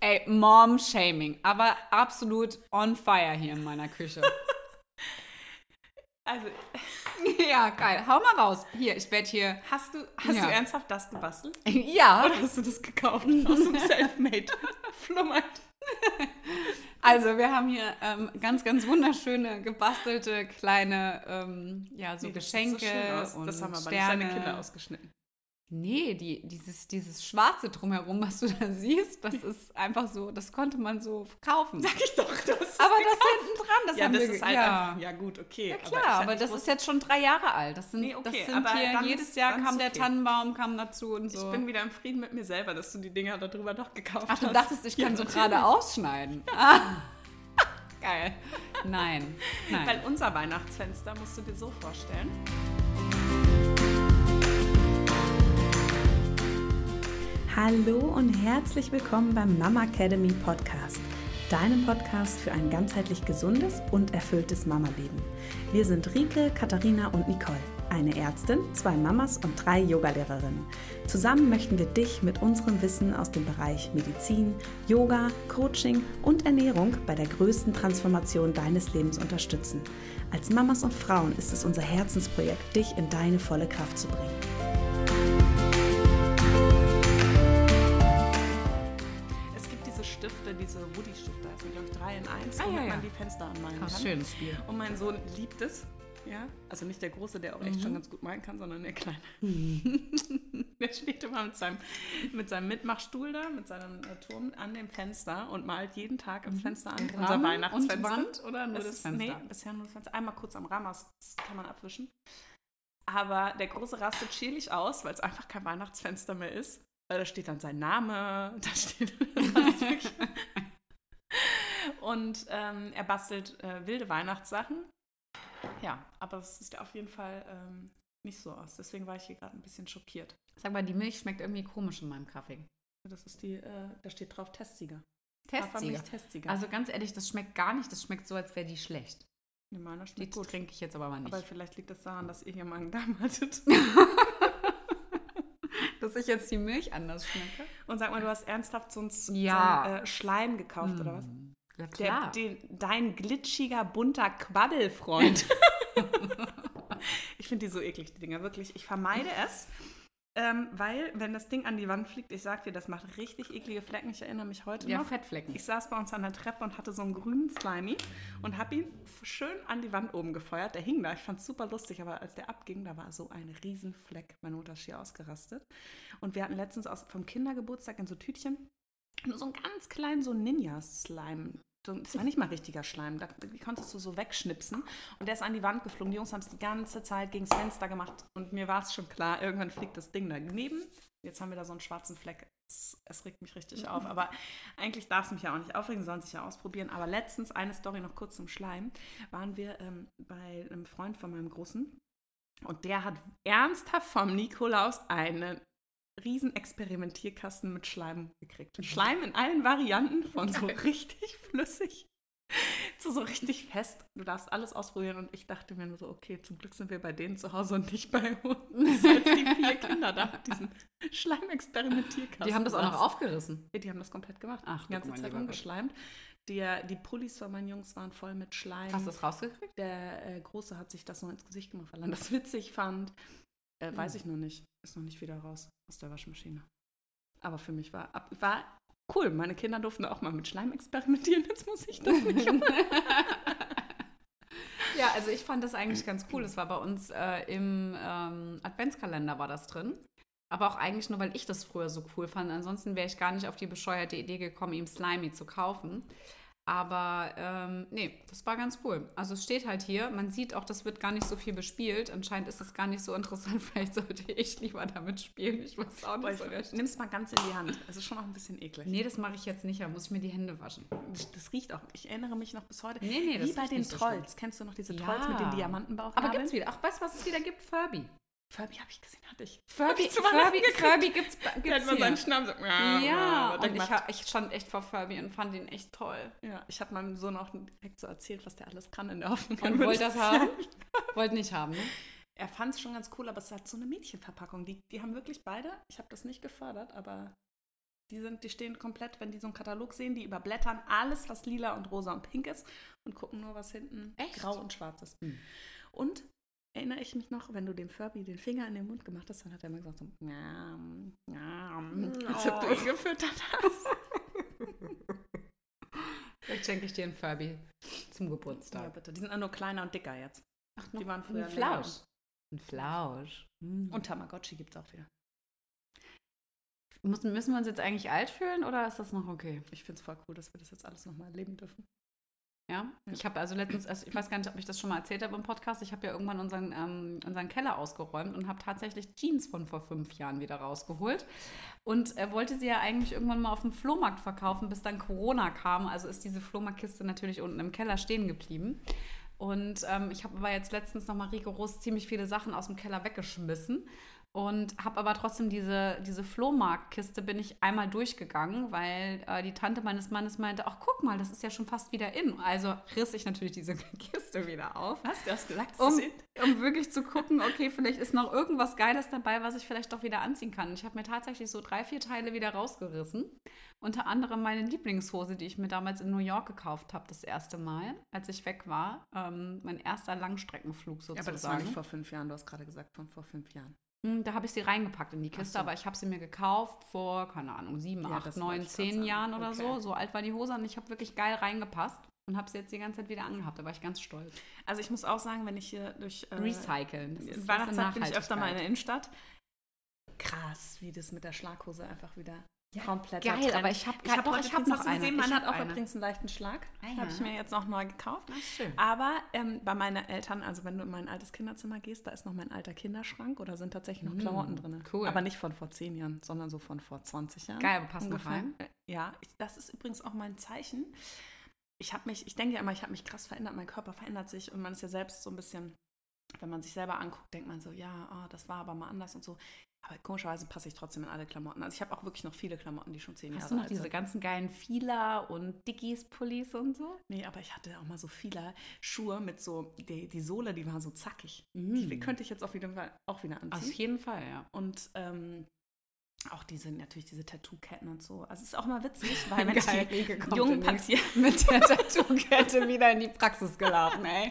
Ey, Mom-Shaming, aber absolut on fire hier in meiner Küche. Also, Ja, geil. Hau mal raus. Hier, ich werde hier... hast du Ja. ernsthaft das gebastelt? Ja. Oder hast du das gekauft aus dem Selfmade-Flohmarkt? Also, wir haben hier ganz, ganz wunderschöne, gebastelte kleine so Nee, das Geschenke sieht so schön aus. und Das haben aber Sterne. nicht deine Kinder ausgeschnitten. Nee, dieses Schwarze drumherum, was du da siehst, das ist einfach so, das konnte man so kaufen. Sag ich doch, das ist Aber das hinten dran, das ja, haben das wir ist halt ja. einfach, ja gut, okay. Ja klar, aber das ist jetzt schon 3 Jahre alt. Das sind, Nee, okay, das sind aber hier, dann jedes ist- Jahr dann ist kam der okay. Tannenbaum, kam dazu und so. Ich bin wieder im Frieden mit mir selber, dass du die Dinger darüber doch gekauft Ach, hast. du dachtest, ich kann so natürlich. gerade ausschneiden. Ah. Geil. Nein. Weil unser Weihnachtsfenster musst du dir so vorstellen. Hallo und herzlich willkommen beim Mama Academy Podcast, deinem Podcast für ein ganzheitlich gesundes und erfülltes Mama-Leben. Wir sind Rike, Katharina und Nicole, eine Ärztin, 2 Mamas und 3 Yogalehrerinnen. Zusammen möchten wir dich mit unserem Wissen aus dem Bereich Medizin, Yoga, Coaching und Ernährung bei der größten Transformation deines Lebens unterstützen. Als Mamas und Frauen ist es unser Herzensprojekt, dich in deine volle Kraft zu bringen. Es gibt diese Stifte, diese Woody-Stifte, das sind glaube ich 3 in 1, Ah, womit ja, ja. man die Fenster anmalen Ach, kann. schönes Spiel. Und mein Sohn liebt es. Ja, also nicht der Große, der auch echt schon ganz gut malen kann, sondern der Kleine. Der steht immer mit seinem Mitmachstuhl da, mit seinem Turm an dem Fenster und malt jeden Tag am Fenster an. Und Unser Rahmen Weihnachtsfenster. und Wand oder nur Es das ist- Fenster? Nee, bisher nur das Fenster. Einmal kurz am Rahmen, das kann man abwischen. Aber der Große rastet schierlich aus, weil es einfach kein Weihnachtsfenster mehr ist. Weil da steht dann sein Name, da steht alles wirklich. Und er bastelt wilde Weihnachtssachen. Ja, aber es sieht auf jeden Fall nicht so aus. Deswegen war ich hier gerade ein bisschen schockiert. Sag mal, die Milch schmeckt irgendwie komisch in meinem Kaffee. Das ist da steht drauf Testsieger. Testsieger. Hafermilch-Testsieger. Also ganz ehrlich, das schmeckt gar nicht. Das schmeckt so, als wäre die schlecht. Nee, meiner Die schmeckt gut. trinke ich jetzt aber mal nicht. Aber vielleicht liegt das daran, dass ihr hier Magen-Darm hattet. Dass ich jetzt die Milch anders schmecke? Und sag mal, du hast ernsthaft so Ja. einen Schleim gekauft, oder was? Ja, klar. Dein glitschiger, bunter Quabbelfreund. Ich finde die so eklig, die Dinger, wirklich. Ich vermeide es, weil, wenn das Ding an die Wand fliegt, ich sag dir, das macht richtig eklige Flecken. Ich erinnere mich heute Ja, noch. Fettflecken. Ich saß bei uns an der Treppe und hatte so einen grünen Slimy und habe ihn schön an die Wand oben gefeuert. Der hing da, ich fand es super lustig, aber als der abging, da war so ein Riesenfleck. Meine Mutter ist schier ausgerastet. Und wir hatten letztens vom Kindergeburtstag in so Tütchen nur so einen ganz kleinen so Ninja-Slime. Das war nicht mal richtiger Schleim, die konntest du so wegschnipsen. Und der ist an die Wand geflogen. Die Jungs haben es die ganze Zeit gegen das Fenster gemacht. Und mir war es schon klar, irgendwann fliegt das Ding daneben. Jetzt haben wir da so einen schwarzen Fleck. Es regt mich richtig auf. Aber eigentlich darf es mich ja auch nicht aufregen, sollen sich ja ausprobieren. Aber letztens, eine Story noch kurz zum Schleim, waren wir bei einem Freund von meinem Großen. Und der hat ernsthaft vom Nikolaus einen riesen Experimentierkasten mit Schleim gekriegt. Schleim in allen Varianten, von so richtig flüssig zu so richtig fest. Du darfst alles ausprobieren und ich dachte mir nur so, okay, zum Glück sind wir bei denen zu Hause und nicht bei uns. Als die 4 Kinder da mit diesem Schleimexperimentierkasten. Die haben das auch noch saßen. aufgerissen. Ja, die haben das komplett gemacht. Ach, die ganze guck mal, Zeit lieber rumgeschleimt. Die Pullis von meinen Jungs waren voll mit Schleim. Hast du das rausgekriegt? Der Große hat sich das noch ins Gesicht gemacht, weil er das witzig fand. Weiß ich noch nicht. Ist noch nicht wieder raus aus der Waschmaschine. Aber für mich war cool. Meine Kinder durften auch mal mit Schleim experimentieren. Jetzt muss ich das nicht mehr. Ja, also ich fand das eigentlich ganz cool. Das war bei uns im Adventskalender war das drin. Aber auch eigentlich nur, weil ich das früher so cool fand. Ansonsten wäre ich gar nicht auf die bescheuerte Idee gekommen, ihm Slimy zu kaufen. Aber nee, das war ganz cool. Also es steht halt hier, man sieht auch, das wird gar nicht so viel bespielt. Anscheinend ist es gar nicht so interessant. Vielleicht sollte ich lieber damit spielen. Ich weiß auch nicht so recht. Nimm es mal ganz in die Hand. Es ist schon auch ein bisschen eklig. Nee, das mache ich jetzt nicht. Da muss ich mir die Hände waschen. Das riecht auch. Ich erinnere mich noch bis heute. Nee, das wie bei riecht den nicht so Trolls. schlimm. Kennst du noch diese Ja. Trolls mit den Diamantenbauchnabeln? Aber gibt's wieder. Ach, weißt du, was es wieder gibt? Furby. Furby habe ich gesehen, hatte ich. Furby gibt's Der hat mal hier. seinen Schnabel so. Ja, und gemacht. ich stand echt vor Furby und fand ihn echt toll. Ja, ich habe meinem Sohn auch direkt so erzählt, was der alles kann in der Hoffnung. Und wollte das haben? Wollte nicht haben, ne? Er fand es schon ganz cool, aber es hat so eine Mädchenverpackung. Die haben wirklich beide, ich habe das nicht gefördert, aber Die stehen komplett, wenn die so einen Katalog sehen, die überblättern alles, was lila und rosa und pink ist und gucken nur, was hinten grau und schwarz ist. Und erinnere ich mich noch, wenn du dem Furby den Finger in den Mund gemacht hast, dann hat er immer gesagt so, als du durchgefüttert hast. Jetzt schenke ich dir einen Furby zum Geburtstag. Ja, bitte. Die sind auch nur kleiner und dicker jetzt. Ach, die waren früher ein Flausch. Ein Flausch. Und Tamagotchi gibt es auch wieder. Müssen wir uns jetzt eigentlich alt fühlen oder ist das noch okay? Ich finde es voll cool, dass wir das jetzt alles nochmal erleben dürfen. Ja? Ich habe also letztens, ich weiß gar nicht, ob ich das schon mal erzählt habe im Podcast, ich habe ja irgendwann unseren Keller ausgeräumt und habe tatsächlich Jeans von vor 5 Jahren wieder rausgeholt und wollte sie ja eigentlich irgendwann mal auf dem Flohmarkt verkaufen, bis dann Corona kam. Also ist diese Flohmarktkiste natürlich unten im Keller stehen geblieben. Und ich habe aber jetzt letztens nochmal rigoros ziemlich viele Sachen aus dem Keller weggeschmissen. Und habe aber trotzdem diese Flohmarktkiste bin ich einmal durchgegangen, weil die Tante meines Mannes meinte, ach guck mal, das ist ja schon fast wieder in. Also riss ich natürlich diese Kiste wieder auf. Was? Du hast gesagt, um wirklich zu gucken, okay, vielleicht ist noch irgendwas Geiles dabei, was ich vielleicht doch wieder anziehen kann. Ich habe mir tatsächlich so 3-4 Teile wieder rausgerissen. Unter anderem meine Lieblingshose, die ich mir damals in New York gekauft habe, das erste Mal, als ich weg war. Mein erster Langstreckenflug sozusagen. Ja, aber das war nicht vor 5 Jahren, du hast gerade gesagt, von vor 5 Jahren. Da habe ich sie reingepackt in die Kiste, aber ich habe sie mir gekauft vor, keine Ahnung, 7, 8, 9, 10 Jahren oder so. So alt war die Hose und ich habe wirklich geil reingepasst und habe sie jetzt die ganze Zeit wieder angehabt. Da war ich ganz stolz. Also ich muss auch sagen, wenn ich hier durch Recyceln. In Weihnachtszeit bin ich öfter mal in der Innenstadt. Krass, wie das mit der Schlaghose einfach wieder komplett geil, trennt. Aber ich habe noch eine. Gesehen, man hat auch übrigens einen leichten Schlag. Habe ich mir jetzt auch neu gekauft. Ach, schön. Aber bei meinen Eltern, also wenn du in mein altes Kinderzimmer gehst, da ist noch mein alter Kinderschrank oder sind tatsächlich noch Klamotten drin. Cool. Aber nicht von vor 10 Jahren, sondern so von vor 20 Jahren. Geil, aber passt noch rein. Ja, das ist übrigens auch mein Zeichen. Ich denke ja immer, ich habe mich krass verändert, mein Körper verändert sich und man ist ja selbst so ein bisschen, wenn man sich selber anguckt, denkt man so, ja, das war aber mal anders und so. Aber komischerweise passe ich trotzdem in alle Klamotten. Also ich habe auch wirklich noch viele Klamotten, die schon 10 Jahre alt sind. Hast du noch diese ganzen geilen Fila und Dickies-Pullis und so? Nee, aber ich hatte auch mal so viele Schuhe mit so, die Sohle, die war so zackig. Die könnte ich jetzt auch wieder anziehen. Auf jeden Fall, ja. Und auch diese Tattoo-Ketten und so. Also es ist auch mal witzig, weil wenn die jungen Patienten mit der Tattoo-Kette wieder in die Praxis gelaufen, ey.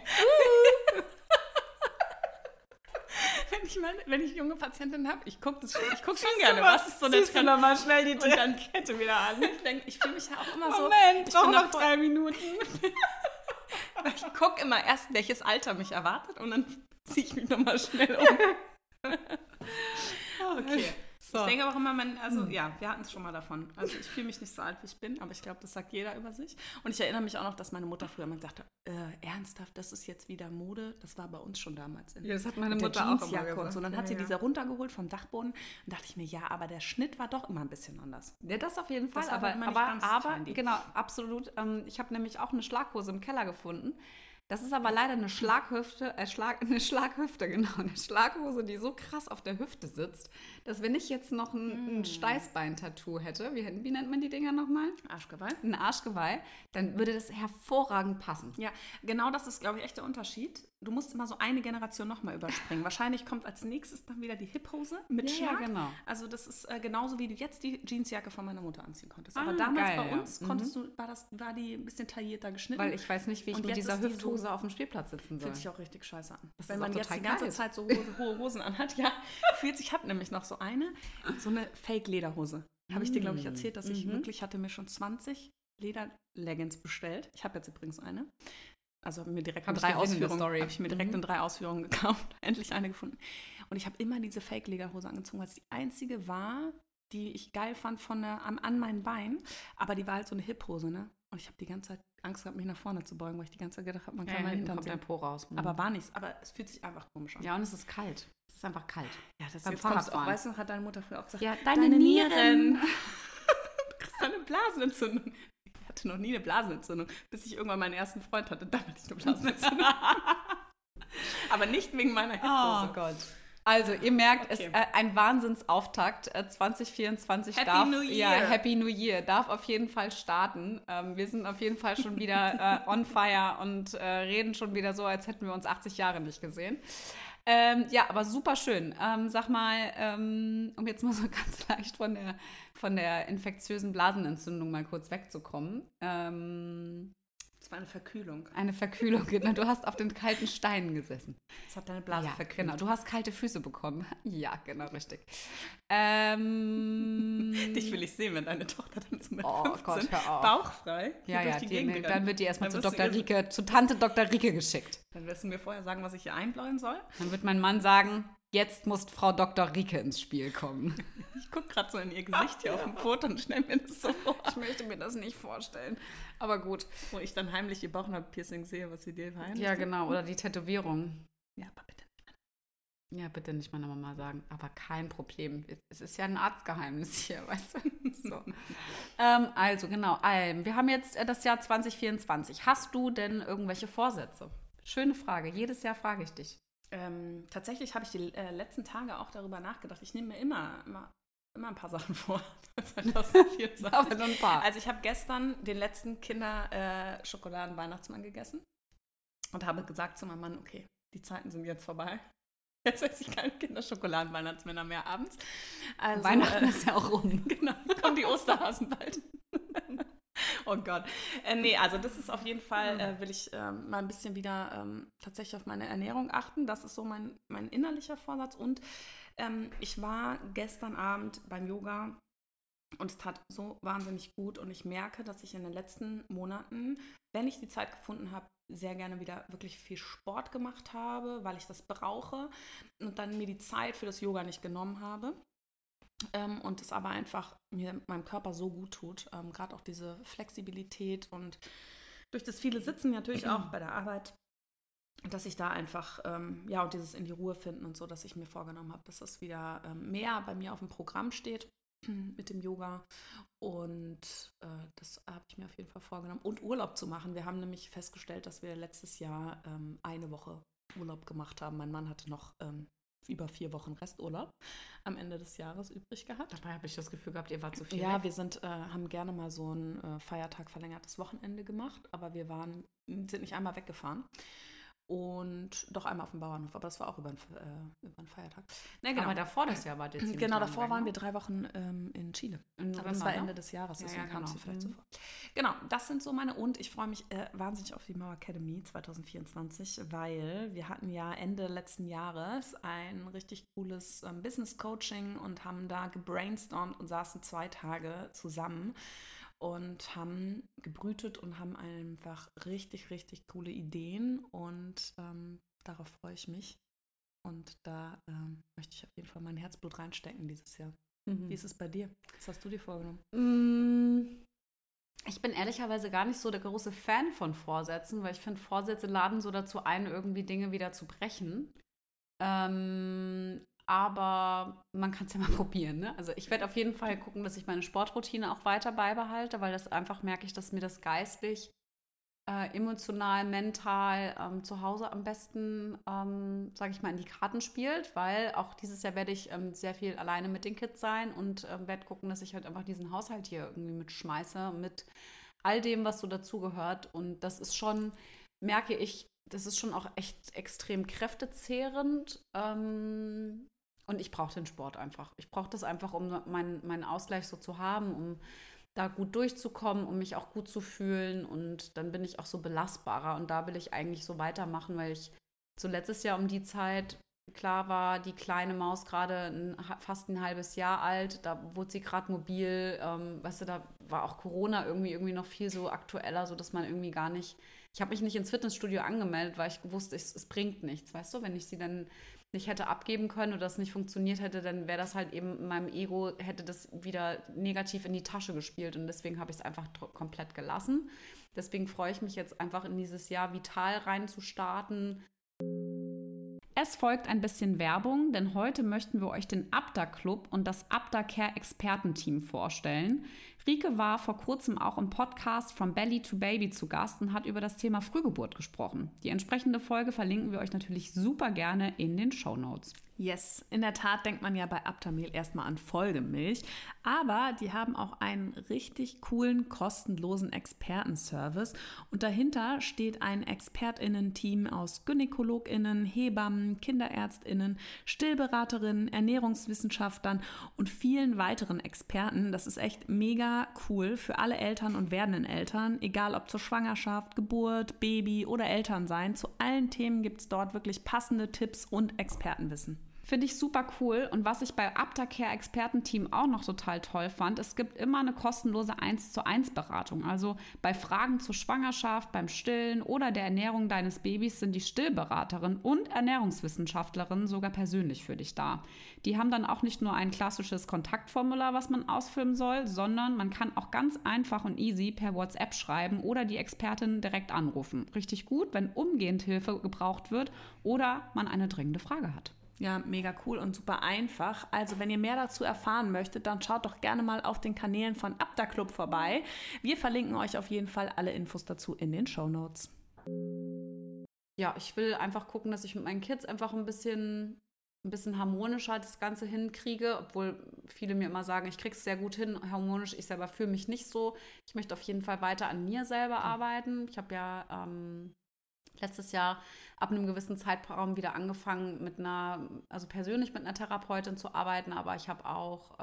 Wenn ich junge Patientinnen habe, ich gucke schon gerne, was ist so der Trend. Mal schnell die und dann Kette wieder an. Ich fühle mich ja auch immer so. Moment, doch noch 3 Minuten. Aber ich gucke immer erst, welches Alter mich erwartet und dann ziehe ich mich nochmal schnell um. Okay. So. Ich denke auch immer, wir hatten es schon mal davon. Also ich fühle mich nicht so alt, wie ich bin, aber ich glaube, das sagt jeder über sich. Und ich erinnere mich auch noch, dass meine Mutter früher immer gesagt hat, ernsthaft, das ist jetzt wieder Mode. Das war bei uns schon damals. Ja, das hat meine Mutter auch immer gesagt. Und so. Dann hat sie diese runtergeholt vom Dachboden und dachte ich mir, ja, aber der Schnitt war doch immer ein bisschen anders. Ja, das auf jeden Fall. Das aber genau, absolut. Ich habe nämlich auch eine Schlaghose im Keller gefunden. Das ist aber leider eine Schlaghüfte, genau, eine Schlaghose, die so krass auf der Hüfte sitzt, dass wenn ich jetzt noch ein Steißbein-Tattoo hätte, wie nennt man die Dinger nochmal? Arschgeweih. Ein Arschgeweih, dann würde das hervorragend passen. Ja, genau das ist, glaube ich, echt der Unterschied. Du musst immer so eine Generation nochmal überspringen. Wahrscheinlich kommt als nächstes dann wieder die Hip-Hose mit Schlag. Ja, genau. Also das ist genauso, wie du jetzt die Jeansjacke von meiner Mutter anziehen konntest. Aber damals bei uns war die ein bisschen taillierter geschnitten. Weil ich weiß nicht, wie ich mit dieser Hüfthose auf dem Spielplatz sitzen soll. Fühlt sich auch richtig scheiße an. Wenn man jetzt die ganze Zeit so hohe Hosen anhat, ich habe nämlich noch so eine Fake-Lederhose. Habe ich dir, glaube ich, erzählt, dass ich hatte mir schon 20 Leder-Leggings bestellt. Ich habe jetzt übrigens eine. Also habe ich mir direkt in 3 Ausführungen gekauft. Endlich eine gefunden. Und ich habe immer diese Fake-Lederhose angezogen, weil es die einzige war, die ich geil fand an meinen Beinen. Aber die war halt so eine Hip-Hose, ne? Und ich habe die ganze Zeit Angst gehabt, mich nach vorne zu beugen, weil ich die ganze Zeit gedacht habe, man kann meinen Hintern sehen. Po raus. Aber war nichts. Aber es fühlt sich einfach komisch an. Ja, und es ist kalt. Es ist einfach kalt. Ja, das ist auch, weißt du, hat deine Mutter früher auch gesagt, ja, deine Nieren. Du kriegst eine Blasenentzündung. Ich hatte noch nie eine Blasenentzündung, bis ich irgendwann meinen ersten Freund hatte. Dann hatte ich eine Blasenentzündung. Aber nicht wegen meiner Hiphose. Oh Gott. Also, ihr merkt, es ist ein Wahnsinnsauftakt. 2024 Happy New Year darf auf jeden Fall starten. Wir sind auf jeden Fall schon wieder on fire und reden schon wieder so, als hätten wir uns 80 Jahre nicht gesehen. Ja, aber super schön. Sag mal, um jetzt mal so ganz leicht von der infektiösen Blasenentzündung mal kurz wegzukommen. Das war eine Verkühlung. Eine Verkühlung, genau. Du hast auf den kalten Steinen gesessen. Das hat deine Blase verkühlt. Genau. Du hast kalte Füße bekommen. Ja, genau, richtig. Dich will ich sehen, wenn deine Tochter dann so mit 15 Gott, hör auf. bauchfrei Ja, die Gegend rennt. dann wird die erstmal Dann zu Tante Dr. Rike geschickt. Dann wirst du mir vorher sagen, was ich hier einbläuen soll. Dann wird mein Mann sagen, jetzt muss Frau Dr. Rike ins Spiel kommen. Ich gucke gerade so in ihr Gesicht hier auf dem Foto und stelle mir das so vor. Ich möchte mir das nicht vorstellen. Aber gut. Wo ich dann heimlich ihr Bauchnabelpiercing sehe, was sie dir verheimlicht. Ja, genau. Oder die Tätowierung. Ja, aber bitte nicht. Ja, bitte nicht meiner Mama sagen. Aber kein Problem. Es ist ja ein Arztgeheimnis hier, weißt du? So. Also, genau. Wir haben jetzt das Jahr 2024. Hast du denn irgendwelche Vorsätze? Schöne Frage. Jedes Jahr frage ich dich. Tatsächlich habe ich die letzten Tage auch darüber nachgedacht. Ich nehme mir immer ein paar Sachen vor. 2024. Aber nur ein paar. Also ich habe gestern den letzten Kinder-Schokoladen-Weihnachtsmann gegessen und habe gesagt zu meinem Mann, okay, die Zeiten sind jetzt vorbei. Jetzt esse ich keine Kinderschokoladen-Weihnachtsmänner mehr abends. Also, Weihnachten ist ja auch rum. Genau, kommen die Osterhasen bald. Oh Gott. Nee, also das ist auf jeden Fall, will ich mal ein bisschen wieder tatsächlich auf meine Ernährung achten. Das ist so mein innerlicher Vorsatz. Und ich war gestern Abend beim Yoga und es tat so wahnsinnig gut. Und ich merke, dass ich in den letzten Monaten, wenn ich die Zeit gefunden habe, sehr gerne wieder wirklich viel Sport gemacht habe, weil ich das brauche und dann mir die Zeit für das Yoga nicht genommen habe. Und es aber einfach meinem Körper so gut tut, gerade auch diese Flexibilität und durch das viele Sitzen natürlich auch bei der Arbeit, dass ich da einfach, und dieses in die Ruhe finden und so, dass ich mir vorgenommen habe, dass das wieder mehr bei mir auf dem Programm steht mit dem Yoga und das habe ich mir auf jeden Fall vorgenommen und Urlaub zu machen. Wir haben nämlich festgestellt, dass wir letztes Jahr eine Woche Urlaub gemacht haben. Mein Mann hatte noch über 4 Wochen Resturlaub am Ende des Jahres übrig gehabt. Dabei habe ich das Gefühl gehabt, ihr wart zu viel Ja, weg. wir haben gerne mal so ein Feiertag verlängertes Wochenende gemacht, aber wir sind nicht einmal weggefahren. Und doch einmal auf dem Bauernhof, aber das war auch über einen Feiertag. Na, genau. Aber davor das Jahr war jetzt ziemlich Genau, lang davor weg, waren ne? wir 3 Wochen in Chile. Aber das November, war ne? Ende des Jahres, deswegen Ja, kam es genau. dir vielleicht so vor. Genau, das sind so meine und ich freue mich wahnsinnig auf die Mama Academy 2024, weil wir hatten ja Ende letzten Jahres ein richtig cooles Business Coaching und haben da gebrainstormt und saßen 2 Tage zusammen und haben gebrütet und haben einfach richtig, richtig coole Ideen und darauf freue ich mich und da möchte ich auf jeden Fall mein Herzblut reinstecken dieses Jahr. Wie ist es bei dir? Was hast du dir vorgenommen? Ich bin ehrlicherweise gar nicht so der große Fan von Vorsätzen, weil ich finde, Vorsätze laden so dazu ein, irgendwie Dinge wieder zu brechen. Aber man kann es ja mal probieren, ne? Also ich werde auf jeden Fall gucken, dass ich meine Sportroutine auch weiter beibehalte, weil das einfach merke ich, dass mir das geistlich, emotional, mental zu Hause am besten, sage ich mal, in die Karten spielt, weil auch dieses Jahr werde ich sehr viel alleine mit den Kids sein und werde gucken, dass ich halt einfach diesen Haushalt hier irgendwie mitschmeiße, mit all dem, was so dazugehört. Und das ist schon, merke ich, das ist schon auch echt extrem kräftezehrend. Und ich brauche den Sport einfach. Ich brauche das einfach, um meinen Ausgleich so zu haben, um da gut durchzukommen, um mich auch gut zu fühlen. Und dann bin ich auch so belastbarer. Und da will ich eigentlich so weitermachen, weil ich so letztes Jahr um die Zeit, klar war die kleine Maus gerade fast ein halbes Jahr alt. Da wurde sie gerade mobil. Weißt du, da war auch Corona irgendwie noch viel so aktueller, sodass man irgendwie gar nicht. Ich habe mich nicht ins Fitnessstudio angemeldet, weil ich wusste, es bringt nichts. Weißt du, wenn ich sie dann nicht hätte abgeben können oder das nicht funktioniert hätte, dann wäre das halt eben in meinem Ego, hätte das wieder negativ in die Tasche gespielt und deswegen habe ich es einfach komplett gelassen. Deswegen freue ich mich jetzt einfach in dieses Jahr vital reinzustarten. Es folgt ein bisschen Werbung, denn heute möchten wir euch den Abda Club und das Abda Care Expertenteam vorstellen. Rike war vor kurzem auch im Podcast From Belly to Baby zu Gast und hat über das Thema Frühgeburt gesprochen. Die entsprechende Folge verlinken wir euch natürlich super gerne in den Shownotes. Yes, in der Tat denkt man ja bei Aptamil erstmal an Folgemilch, aber die haben auch einen richtig coolen, kostenlosen Expertenservice und dahinter steht ein ExpertInnen-Team aus GynäkologInnen, Hebammen, KinderärztInnen, Stillberaterinnen, Ernährungswissenschaftlern und vielen weiteren Experten. Das ist echt mega cool für alle Eltern und werdenden Eltern, egal ob zur Schwangerschaft, Geburt, Baby oder Elternsein. Zu allen Themen gibt es dort wirklich passende Tipps und Expertenwissen. Finde ich super cool. Und was ich bei Aptacare Expertenteam auch noch total toll fand, es gibt immer eine kostenlose 1:1 Beratung. Also bei Fragen zur Schwangerschaft, beim Stillen oder der Ernährung deines Babys sind die Stillberaterin und Ernährungswissenschaftlerin sogar persönlich für dich da. Die haben dann auch nicht nur ein klassisches Kontaktformular, was man ausfüllen soll, sondern man kann auch ganz einfach und easy per WhatsApp schreiben oder die Expertin direkt anrufen. Richtig gut, wenn umgehend Hilfe gebraucht wird oder man eine dringende Frage hat. Ja, mega cool und super einfach. Also wenn ihr mehr dazu erfahren möchtet, dann schaut doch gerne mal auf den Kanälen von AptaClub vorbei. Wir verlinken euch auf jeden Fall alle Infos dazu in den Shownotes. Ja, ich will einfach gucken, dass ich mit meinen Kids einfach ein bisschen harmonischer das Ganze hinkriege, obwohl viele mir immer sagen, ich kriege es sehr gut hin, harmonisch. Ich selber fühle mich nicht so. Ich möchte auf jeden Fall weiter an mir selber arbeiten. Ich habe ja letztes Jahr ab einem gewissen Zeitraum wieder angefangen persönlich mit einer Therapeutin zu arbeiten, aber ich habe auch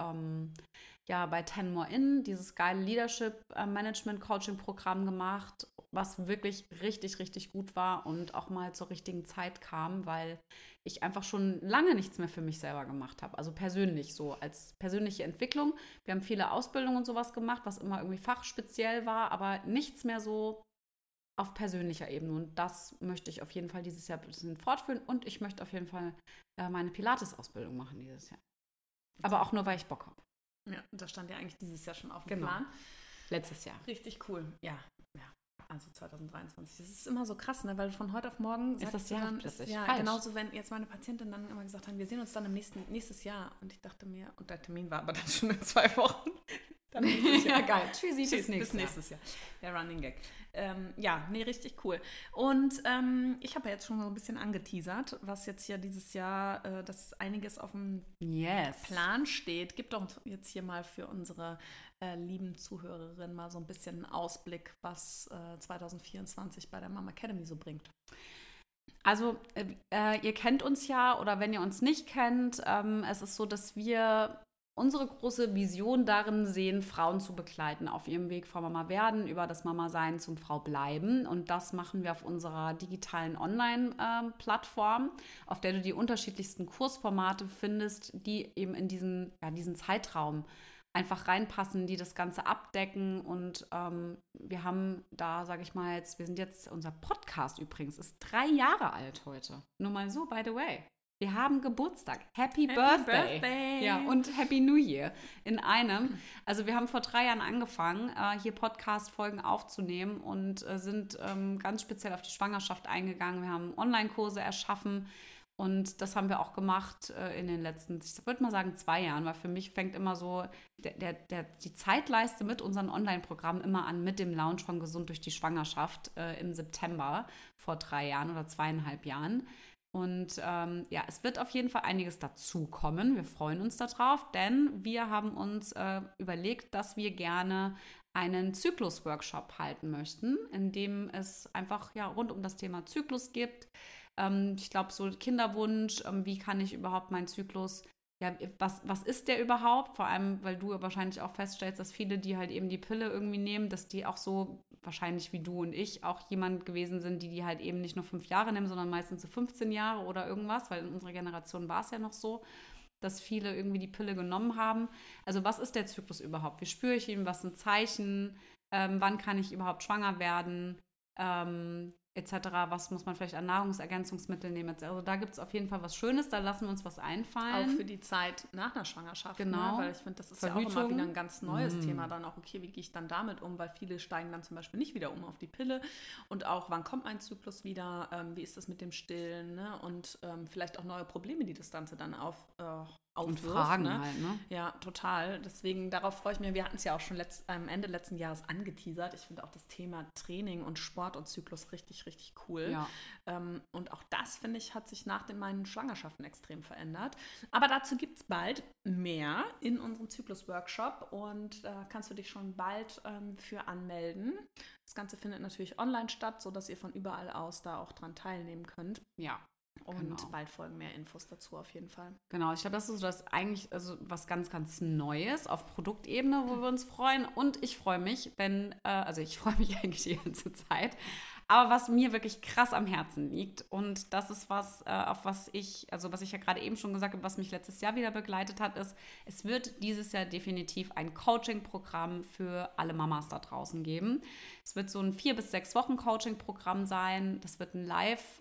bei 10 More In dieses geile Leadership Management Coaching Programm gemacht, was wirklich richtig, richtig gut war und auch mal zur richtigen Zeit kam, weil ich einfach schon lange nichts mehr für mich selber gemacht habe. Also persönlich so, als persönliche Entwicklung. Wir haben viele Ausbildungen und sowas gemacht, was immer irgendwie fachspeziell war, aber nichts mehr so auf persönlicher Ebene. Und das möchte ich auf jeden Fall dieses Jahr ein bisschen fortführen. Und ich möchte auf jeden Fall meine Pilates-Ausbildung machen dieses Jahr. Aber auch nur, weil ich Bock habe. Ja, das stand ja eigentlich dieses Jahr schon auf dem Plan. Letztes Jahr. Richtig cool. Ja. Also 2023. Das ist immer so krass, ne? Weil von heute auf morgen ist das Jahr plötzlich. Ja, genauso, wenn jetzt meine Patientin dann immer gesagt haben, wir sehen uns dann nächstes Jahr. Und ich dachte mir, und der Termin war aber dann schon in 2 Wochen. Dann nächstes Jahr. Ja, geil. Tschüssi, bis nächstes Jahr. Der Running Gag. Richtig cool. Und ich habe ja jetzt schon so ein bisschen angeteasert, was jetzt hier dieses Jahr, dass einiges auf dem Plan steht. Gib doch jetzt hier mal für unsere lieben Zuhörerinnen mal so ein bisschen einen Ausblick, was 2024 bei der Mama Academy so bringt. Also ihr kennt uns ja, oder wenn ihr uns nicht kennt, es ist so, dass wir unsere große Vision darin sehen, Frauen zu begleiten auf ihrem Weg vom Mama werden, über das Mama-Sein zum Frau bleiben. Und das machen wir auf unserer digitalen Online-Plattform, auf der du die unterschiedlichsten Kursformate findest, die eben in diesen Zeitraum einfach reinpassen, die das Ganze abdecken. Und wir haben da, sage ich mal, unser Podcast übrigens ist 3 Jahre alt heute. Nur mal so, by the way. Wir haben Geburtstag. Happy Birthday! Ja, und Happy New Year in einem. Also wir haben vor 3 Jahren angefangen, hier Podcast-Folgen aufzunehmen und sind ganz speziell auf die Schwangerschaft eingegangen. Wir haben Online-Kurse erschaffen und das haben wir auch gemacht in den letzten, ich würde mal sagen, 2 Jahren, weil für mich fängt immer so die Zeitleiste mit unseren Online-Programmen immer an mit dem Launch von Gesund durch die Schwangerschaft im September vor 3 Jahren oder 2,5 Jahren. Und es wird auf jeden Fall einiges dazukommen. Wir freuen uns darauf, denn wir haben uns überlegt, dass wir gerne einen Zyklus-Workshop halten möchten, in dem es einfach rund um das Thema Zyklus gibt. Ich glaube, so Kinderwunsch, wie kann ich überhaupt meinen Zyklus, was ist der überhaupt? Vor allem, weil du wahrscheinlich auch feststellst, dass viele, die halt eben die Pille irgendwie nehmen, dass die auch so, wahrscheinlich wie du und ich, auch jemand gewesen sind, die halt eben nicht nur 5 Jahre nehmen, sondern meistens so 15 Jahre oder irgendwas, weil in unserer Generation war es ja noch so, dass viele irgendwie die Pille genommen haben. Also was ist der Zyklus überhaupt? Wie spüre ich ihn? Was sind Zeichen? Wann kann ich überhaupt schwanger werden? Etc. Was muss man vielleicht an Nahrungsergänzungsmittel nehmen? Also da gibt es auf jeden Fall was Schönes, da lassen wir uns was einfallen. Auch für die Zeit nach einer Schwangerschaft. Genau. Ne? Weil ich finde, das ist Verhütung. Ja auch immer wieder ein ganz neues Thema dann auch. Okay, wie gehe ich dann damit um? Weil viele steigen dann zum Beispiel nicht wieder auf die Pille. Und auch, wann kommt mein Zyklus wieder? Wie ist das mit dem Stillen? Ne? Und vielleicht auch neue Probleme, die das Ganze dann aufwirft. Und Fragen ne? halt, ne? Ja, total. Deswegen, darauf freue ich mich. Wir hatten es ja auch schon am Ende letzten Jahres angeteasert. Ich finde auch das Thema Training und Sport und Zyklus richtig, richtig cool. Ja. Und auch das, finde ich, hat sich nach meinen Schwangerschaften extrem verändert. Aber dazu gibt es bald mehr in unserem Zyklus-Workshop und da kannst du dich schon bald für anmelden. Das Ganze findet natürlich online statt, sodass ihr von überall aus da auch dran teilnehmen könnt. Ja. Und bald folgen mehr Infos dazu auf jeden Fall. Genau, ich glaube, das ist so das eigentlich was ganz, ganz Neues auf Produktebene, wo wir uns freuen. Und ich freue mich, ich freue mich eigentlich die ganze Zeit. Aber was mir wirklich krass am Herzen liegt, und das ist was, was ich ja gerade eben schon gesagt habe, was mich letztes Jahr wieder begleitet hat, ist, es wird dieses Jahr definitiv ein Coaching-Programm für alle Mamas da draußen geben. Es wird so ein 4 bis 6 Wochen Coaching-Programm sein. Das wird ein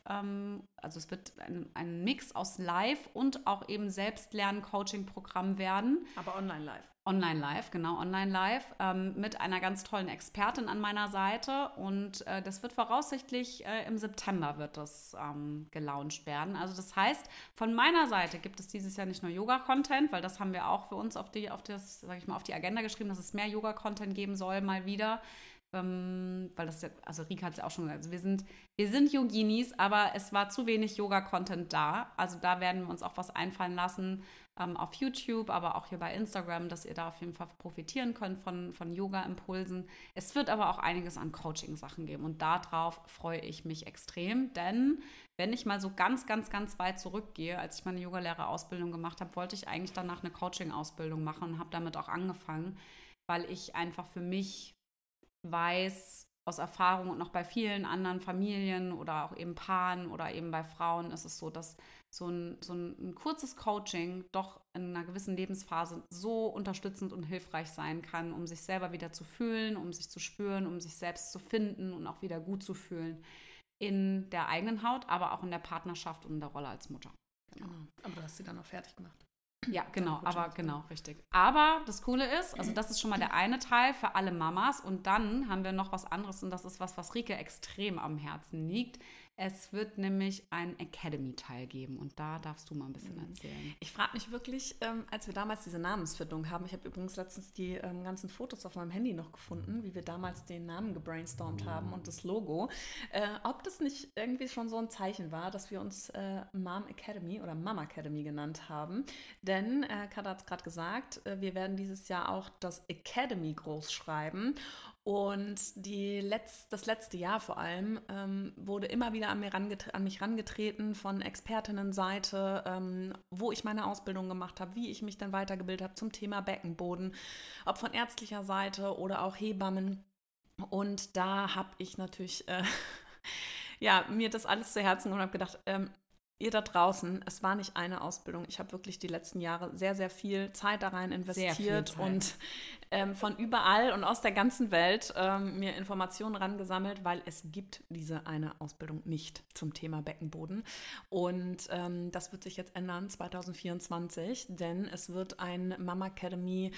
es wird ein Mix aus Live und auch eben Selbstlernen-Coaching-Programm werden. Aber online live. Online live, mit einer ganz tollen Expertin an meiner Seite und das wird voraussichtlich im September wird das gelauncht werden. Also das heißt, von meiner Seite gibt es dieses Jahr nicht nur Yoga-Content, weil das haben wir auch für uns auf die Agenda geschrieben, dass es mehr Yoga-Content geben soll, mal wieder. Weil das ja, also Rika hat es ja auch schon gesagt, also wir sind Yoginis, aber es war zu wenig Yoga-Content da. Also da werden wir uns auch was einfallen lassen auf YouTube, aber auch hier bei Instagram, dass ihr da auf jeden Fall profitieren könnt von Yoga-Impulsen. Es wird aber auch einiges an Coaching-Sachen geben und darauf freue ich mich extrem, denn wenn ich mal so ganz, ganz, ganz weit zurückgehe, als ich meine Yogalehrerausbildung gemacht habe, wollte ich eigentlich danach eine Coaching-Ausbildung machen und habe damit auch angefangen, weil ich einfach für mich weiß aus Erfahrung und noch bei vielen anderen Familien oder auch eben Paaren oder eben bei Frauen ist es so, dass so ein kurzes Coaching doch in einer gewissen Lebensphase so unterstützend und hilfreich sein kann, um sich selber wieder zu fühlen, um sich zu spüren, um sich selbst zu finden und auch wieder gut zu fühlen in der eigenen Haut, aber auch in der Partnerschaft und in der Rolle als Mutter. Genau. Aber du hast sie dann auch fertig gemacht. Ja, genau, richtig. Aber das Coole ist, also das ist schon mal der eine Teil für alle Mamas und dann haben wir noch was anderes und das ist was Rike extrem am Herzen liegt. Es wird nämlich einen Academy-Teil geben und da darfst du mal ein bisschen erzählen. Ich frage mich wirklich, als wir damals diese Namensfindung haben, ich habe übrigens letztens die ganzen Fotos auf meinem Handy noch gefunden, wie wir damals den Namen gebrainstormt haben und das Logo, ob das nicht irgendwie schon so ein Zeichen war, dass wir uns Mom Academy oder Mama Academy genannt haben. Denn, Katha hat es gerade gesagt, wir werden dieses Jahr auch das Academy groß schreiben. Und das letzte Jahr vor allem wurde immer wieder an mich rangetreten von Expertinnenseite, wo ich meine Ausbildung gemacht habe, wie ich mich dann weitergebildet habe zum Thema Beckenboden, ob von ärztlicher Seite oder auch Hebammen. Und da habe ich natürlich mir das alles zu Herzen genommen und habe gedacht, ihr da draußen, es war nicht eine Ausbildung. Ich habe wirklich die letzten Jahre sehr, sehr viel Zeit da rein investiert und von überall und aus der ganzen Welt mir Informationen rangesammelt, weil es gibt diese eine Ausbildung nicht zum Thema Beckenboden. Und das wird sich jetzt ändern 2024, denn es wird eine Mama Academy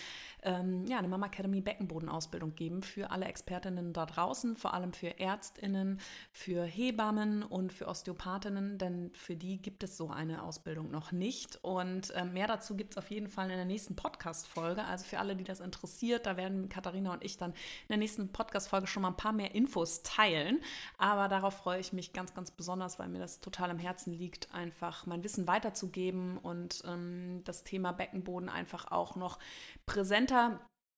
Beckenbodenausbildung geben für alle Expertinnen da draußen, vor allem für ÄrztInnen, für Hebammen und für Osteopathinnen, denn für die gibt es so eine Ausbildung noch nicht. Und mehr dazu gibt es auf jeden Fall in der nächsten Podcast-Folge. Also für alle, die das interessiert, da werden Katharina und ich dann in der nächsten Podcast-Folge schon mal ein paar mehr Infos teilen. Aber darauf freue ich mich ganz, ganz besonders, weil mir das total am Herzen liegt, einfach mein Wissen weiterzugeben und das Thema Beckenboden einfach auch noch präsenter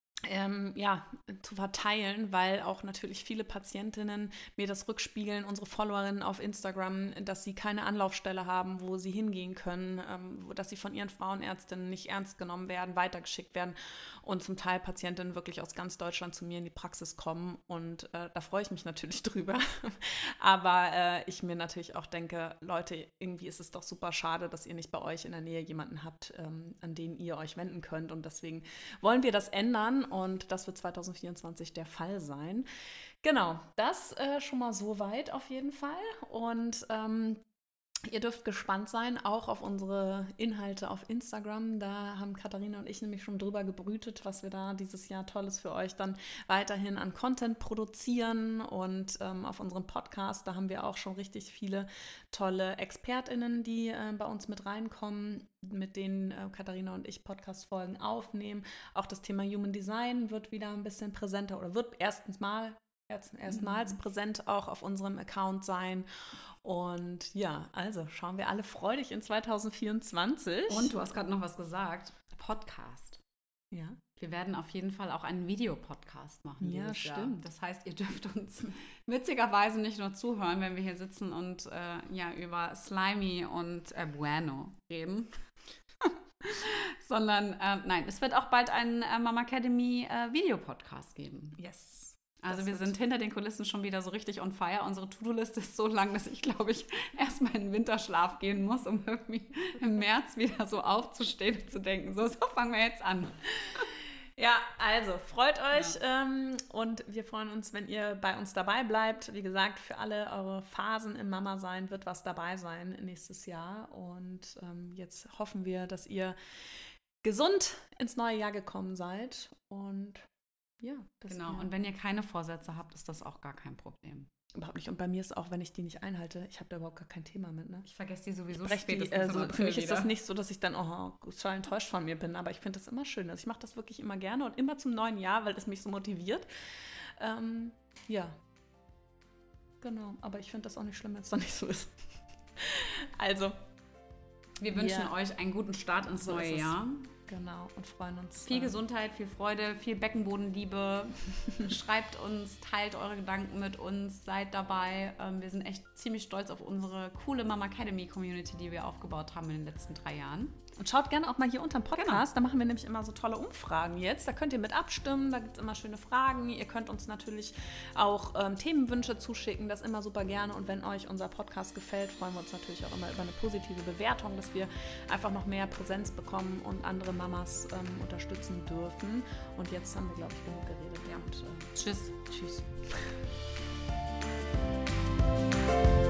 zu verteilen, weil auch natürlich viele Patientinnen mir das rückspiegeln, unsere Followerinnen auf Instagram, dass sie keine Anlaufstelle haben, wo sie hingehen können, dass sie von ihren Frauenärztinnen nicht ernst genommen werden, weitergeschickt werden und zum Teil Patientinnen wirklich aus ganz Deutschland zu mir in die Praxis kommen und da freue ich mich natürlich drüber, aber ich mir natürlich auch denke, Leute, irgendwie ist es doch super schade, dass ihr nicht bei euch in der Nähe jemanden habt, an den ihr euch wenden könnt und deswegen wollen wir das ändern und das wird 2024 der Fall sein. Genau, das schon mal so weit auf jeden Fall. Und Ihr dürft gespannt sein, auch auf unsere Inhalte auf Instagram. Da haben Katharina und ich nämlich schon drüber gebrütet, was wir da dieses Jahr Tolles für euch dann weiterhin an Content produzieren. Und auf unserem Podcast, da haben wir auch schon richtig viele tolle ExpertInnen, die bei uns mit reinkommen, mit denen Katharina und ich Podcast-Folgen aufnehmen. Auch das Thema Human Design wird wieder ein bisschen präsenter oder wird erstmals präsent auch auf unserem Account sein. Und ja, also schauen wir alle freudig in 2024. Und du hast gerade noch was gesagt. Podcast. Ja. Wir werden auf jeden Fall auch einen Videopodcast machen dieses Jahr. Das heißt, ihr dürft uns witzigerweise nicht nur zuhören, wenn wir hier sitzen und über Slimy und Bueno reden. Sondern, nein, es wird auch bald einen Mama Academy Videopodcast geben. Yes. Also wir sind hinter den Kulissen schon wieder so richtig on fire. Unsere To-Do-Liste ist so lang, dass ich, glaube ich, erstmal in den Winterschlaf gehen muss, um irgendwie im März wieder so aufzustehen und zu denken, so fangen wir jetzt an. Ja, also freut euch und wir freuen uns, wenn ihr bei uns dabei bleibt. Wie gesagt, für alle eure Phasen im Mama-Sein wird was dabei sein nächstes Jahr. Und jetzt hoffen wir, dass ihr gesund ins neue Jahr gekommen seid und ja, genau. Und wenn ihr keine Vorsätze habt, ist das auch gar kein Problem. Überhaupt nicht. Und bei mir ist auch, wenn ich die nicht einhalte, ich habe da überhaupt gar kein Thema mit. Ne? Ich vergesse die sowieso spätestens. Für mich ist das nicht so, dass ich dann total enttäuscht von mir bin. Aber ich finde das immer schön. Also ich mache das wirklich immer gerne und immer zum neuen Jahr, weil es mich so motiviert. Ja. Genau. Aber ich finde das auch nicht schlimm, wenn es dann nicht so ist. Also. Wir wünschen euch einen guten Start ins neue Jahr. Genau, und freuen uns. Viel Gesundheit, viel Freude, viel Beckenbodenliebe. Schreibt uns, teilt eure Gedanken mit uns, seid dabei. Wir sind echt ziemlich stolz auf unsere coole Mama Academy Community, die wir aufgebaut haben in den letzten 3 Jahren. Und schaut gerne auch mal hier unter dem Podcast, Da machen wir nämlich immer so tolle Umfragen jetzt. Da könnt ihr mit abstimmen, da gibt es immer schöne Fragen. Ihr könnt uns natürlich auch Themenwünsche zuschicken, das immer super gerne. Und wenn euch unser Podcast gefällt, freuen wir uns natürlich auch immer über eine positive Bewertung, dass wir einfach noch mehr Präsenz bekommen und andere Mamas unterstützen dürfen. Und jetzt haben wir, glaube ich, genug geredet. Ja, und Tschüss. Tschüss.